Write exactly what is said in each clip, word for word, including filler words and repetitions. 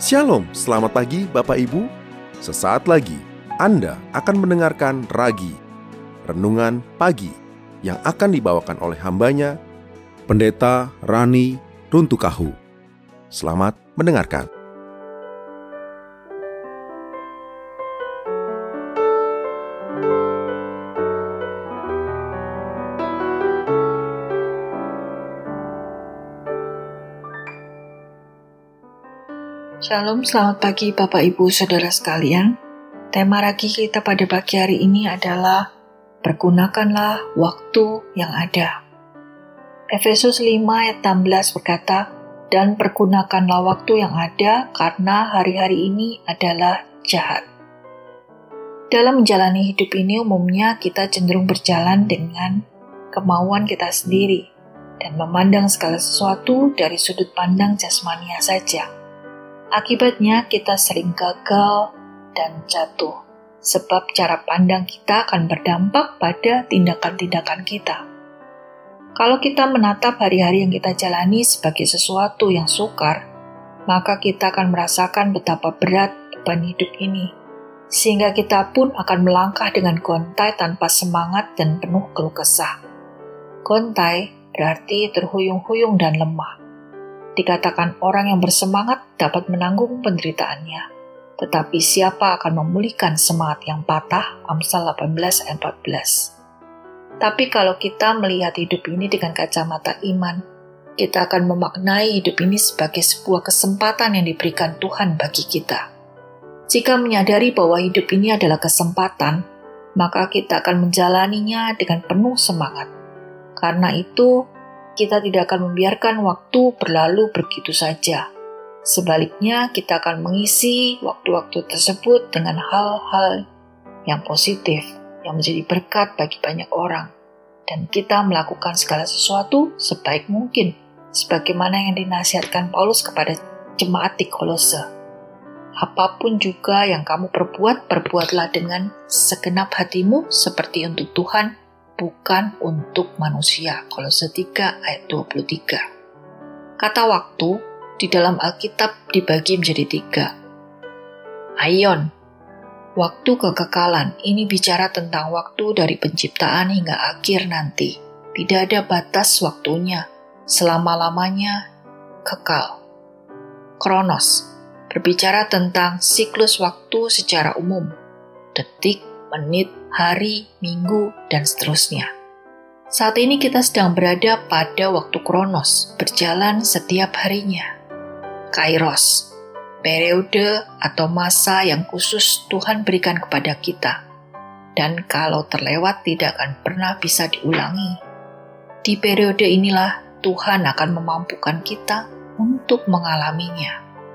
Shalom, selamat pagi Bapak Ibu. Sesaat lagi Anda akan mendengarkan Ragi, Renungan Pagi, yang akan dibawakan oleh hambanya, Pendeta Rani Runtukahu. Selamat mendengarkan. Shalom, selamat pagi Bapak Ibu Saudara sekalian. Tema Ragi kita pada pagi hari ini adalah pergunakanlah waktu yang ada. Efesus lima ayat enam belas berkata, dan pergunakanlah waktu yang ada karena hari-hari ini adalah jahat. Dalam menjalani hidup ini umumnya kita cenderung berjalan dengan kemauan kita sendiri dan memandang segala sesuatu dari sudut pandang jasmania saja. Akibatnya kita sering gagal dan jatuh, sebab cara pandang kita akan berdampak pada tindakan-tindakan kita. Kalau kita menatap hari-hari yang kita jalani sebagai sesuatu yang sukar, maka kita akan merasakan betapa berat beban hidup ini, sehingga kita pun akan melangkah dengan gontai tanpa semangat dan penuh keluh kesah. Gontai berarti terhuyung-huyung dan lemah. Dikatakan orang yang bersemangat dapat menanggung penderitaannya, tetapi siapa akan memulihkan semangat yang patah? Amsal delapan belas ayat empat belas. Tapi kalau kita melihat hidup ini dengan kacamata iman, kita akan memaknai hidup ini sebagai sebuah kesempatan yang diberikan Tuhan bagi kita. Jika menyadari bahwa hidup ini adalah kesempatan, maka kita akan menjalaninya dengan penuh semangat. Karena itu, kita tidak akan membiarkan waktu berlalu begitu saja. Sebaliknya, kita akan mengisi waktu-waktu tersebut dengan hal-hal yang positif, yang menjadi berkat bagi banyak orang. Dan kita melakukan segala sesuatu sebaik mungkin, sebagaimana yang dinasihatkan Paulus kepada jemaat di Kolose. Apapun juga yang kamu perbuat, perbuatlah dengan segenap hatimu seperti untuk Tuhan, bukan untuk manusia. Kolose tiga ayat dua puluh tiga. Kata waktu di dalam Alkitab dibagi menjadi tiga. Aion, waktu kekekalan, ini bicara tentang waktu dari penciptaan hingga akhir nanti. Tidak ada batas waktunya, selama-lamanya kekal. Kronos, berbicara tentang siklus waktu secara umum. Detik, menit, hari, minggu, dan seterusnya. Saat ini kita sedang berada pada waktu Kronos, berjalan setiap harinya. Kairos, periode atau masa yang khusus Tuhan berikan kepada kita, dan kalau terlewat tidak akan pernah bisa diulangi. Di periode inilah Tuhan akan memampukan kita untuk mengalaminya.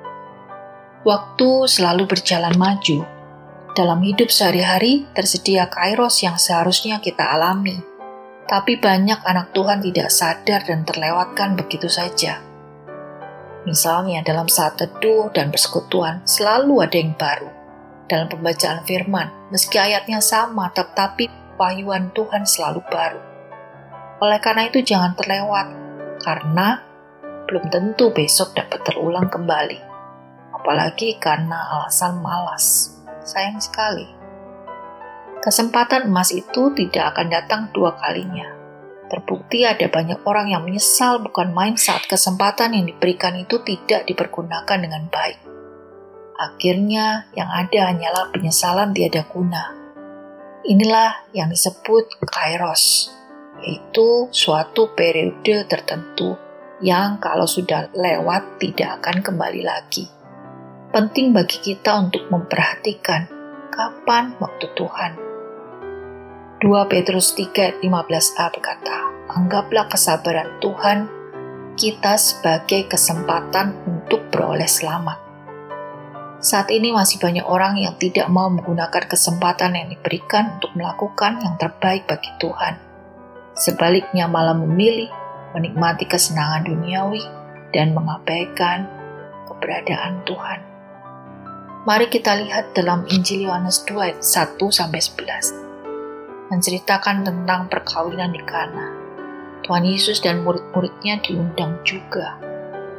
Waktu selalu berjalan maju. Dalam hidup sehari-hari tersedia kairos yang seharusnya kita alami, tapi banyak anak Tuhan tidak sadar dan terlewatkan begitu saja. Misalnya dalam saat teduh dan persekutuan selalu ada yang baru. Dalam pembacaan firman, meski ayatnya sama, tetapi wahyuan Tuhan selalu baru. Oleh karena itu jangan terlewat, karena belum tentu besok dapat terulang kembali. Apalagi karena alasan malas. Sayang sekali. Kesempatan emas itu tidak akan datang dua kalinya. Terbukti ada banyak orang yang menyesal bukan main saat kesempatan yang diberikan itu tidak dipergunakan dengan baik. Akhirnya yang ada hanyalah penyesalan tiada guna. Inilah yang disebut kairos, yaitu suatu periode tertentu yang kalau sudah lewat tidak akan kembali lagi. Penting bagi kita untuk memperhatikan kapan waktu Tuhan. dua Petrus tiga ayat lima belas a berkata, anggaplah kesabaran Tuhan kita sebagai kesempatan untuk beroleh selamat. Saat ini masih banyak orang yang tidak mau menggunakan kesempatan yang diberikan untuk melakukan yang terbaik bagi Tuhan. Sebaliknya malah memilih menikmati kesenangan duniawi dan mengabaikan keberadaan Tuhan. Mari kita lihat dalam Injil Yohanes dua ayat satu sampai sebelas. Menceritakan tentang perkawinan di Kana. Tuhan Yesus dan murid-muridnya diundang juga.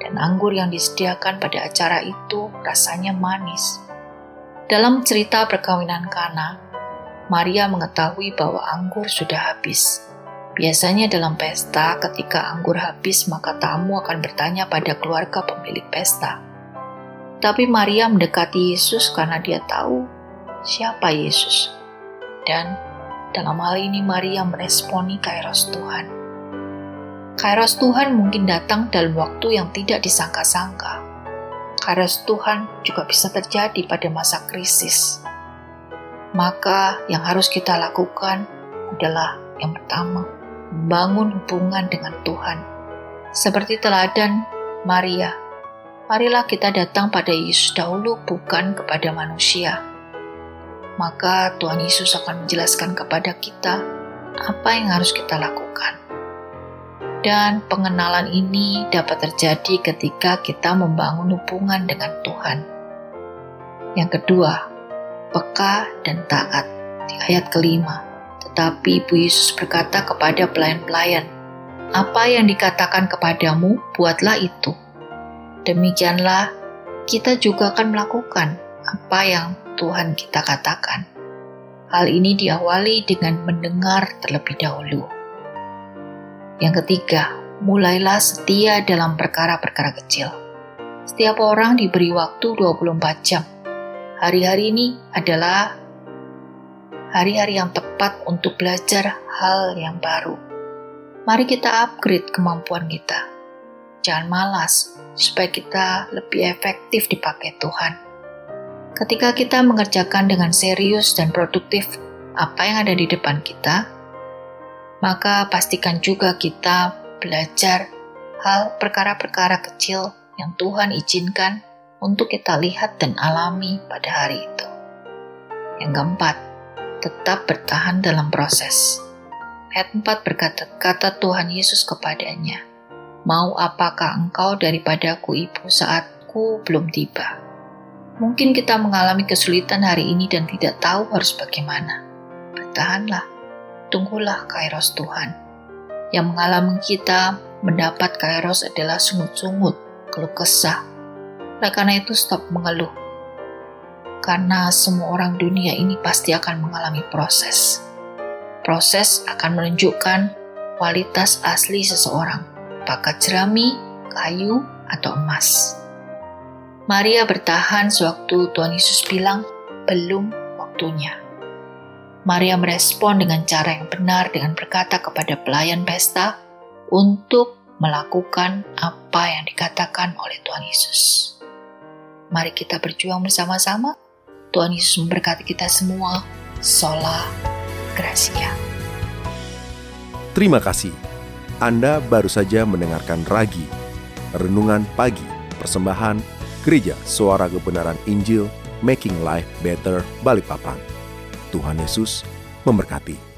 dan anggur yang disediakan pada acara itu rasanya manis. Dalam cerita perkawinan Kana, Maria mengetahui bahwa anggur sudah habis. Biasanya dalam pesta, ketika anggur habis, maka tamu akan bertanya pada keluarga pemilik pesta. Tapi Maria mendekati Yesus karena dia tahu siapa Yesus. Dan dalam hal ini Maria meresponi kairos Tuhan. Kairos Tuhan mungkin datang dalam waktu yang tidak disangka-sangka. Kairos Tuhan juga bisa terjadi pada masa krisis. Maka yang harus kita lakukan adalah yang pertama, membangun hubungan dengan Tuhan. Seperti teladan Maria, marilah kita datang pada Yesus dahulu, bukan kepada manusia. Maka Tuhan Yesus akan menjelaskan kepada kita apa yang harus kita lakukan. Dan pengenalan ini dapat terjadi ketika kita membangun hubungan dengan Tuhan. Yang kedua, peka dan taat di ayat kelima. Tetapi Ibu Yesus berkata kepada pelayan-pelayan, "Apa yang dikatakan kepadamu, buatlah itu." Demikianlah kita juga akan melakukan apa yang Tuhan kita katakan. Hal ini diawali dengan mendengar terlebih dahulu. Yang ketiga, mulailah setia dalam perkara-perkara kecil. Setiap orang diberi waktu dua puluh empat jam. Hari-hari ini adalah hari-hari yang tepat untuk belajar hal yang baru. Mari kita upgrade kemampuan kita. Jangan malas, supaya kita lebih efektif dipakai Tuhan. Ketika kita mengerjakan dengan serius dan produktif apa yang ada di depan kita, maka pastikan juga kita belajar hal perkara-perkara kecil yang Tuhan izinkan untuk kita lihat dan alami pada hari itu. Yang keempat, tetap bertahan dalam proses. Ayat empat berkata, kata Tuhan Yesus kepadanya, "Mau apakah engkau daripadaku, Ibu, saatku belum tiba?" Mungkin kita mengalami kesulitan hari ini dan tidak tahu harus bagaimana. Bertahanlah, tunggulah kairos Tuhan. Yang mengalami kita mendapat kairos adalah sungut-sungut, keluh kesah. Oleh karena itu stop mengeluh. Karena semua orang dunia ini pasti akan mengalami proses. Proses akan menunjukkan kualitas asli seseorang, apakah jerami, kayu, atau emas. Maria bertahan sewaktu Tuhan Yesus bilang, belum waktunya. Maria merespon dengan cara yang benar dengan berkata kepada pelayan pesta untuk melakukan apa yang dikatakan oleh Tuhan Yesus. Mari kita berjuang bersama-sama. Tuhan Yesus memberkati kita semua. Sola Gracia. Terima kasih. Anda baru saja mendengarkan Ragi, Renungan Pagi, persembahan Gereja Suara Kebenaran Injil, Making Life Better, Balikpapan. Tuhan Yesus memberkati.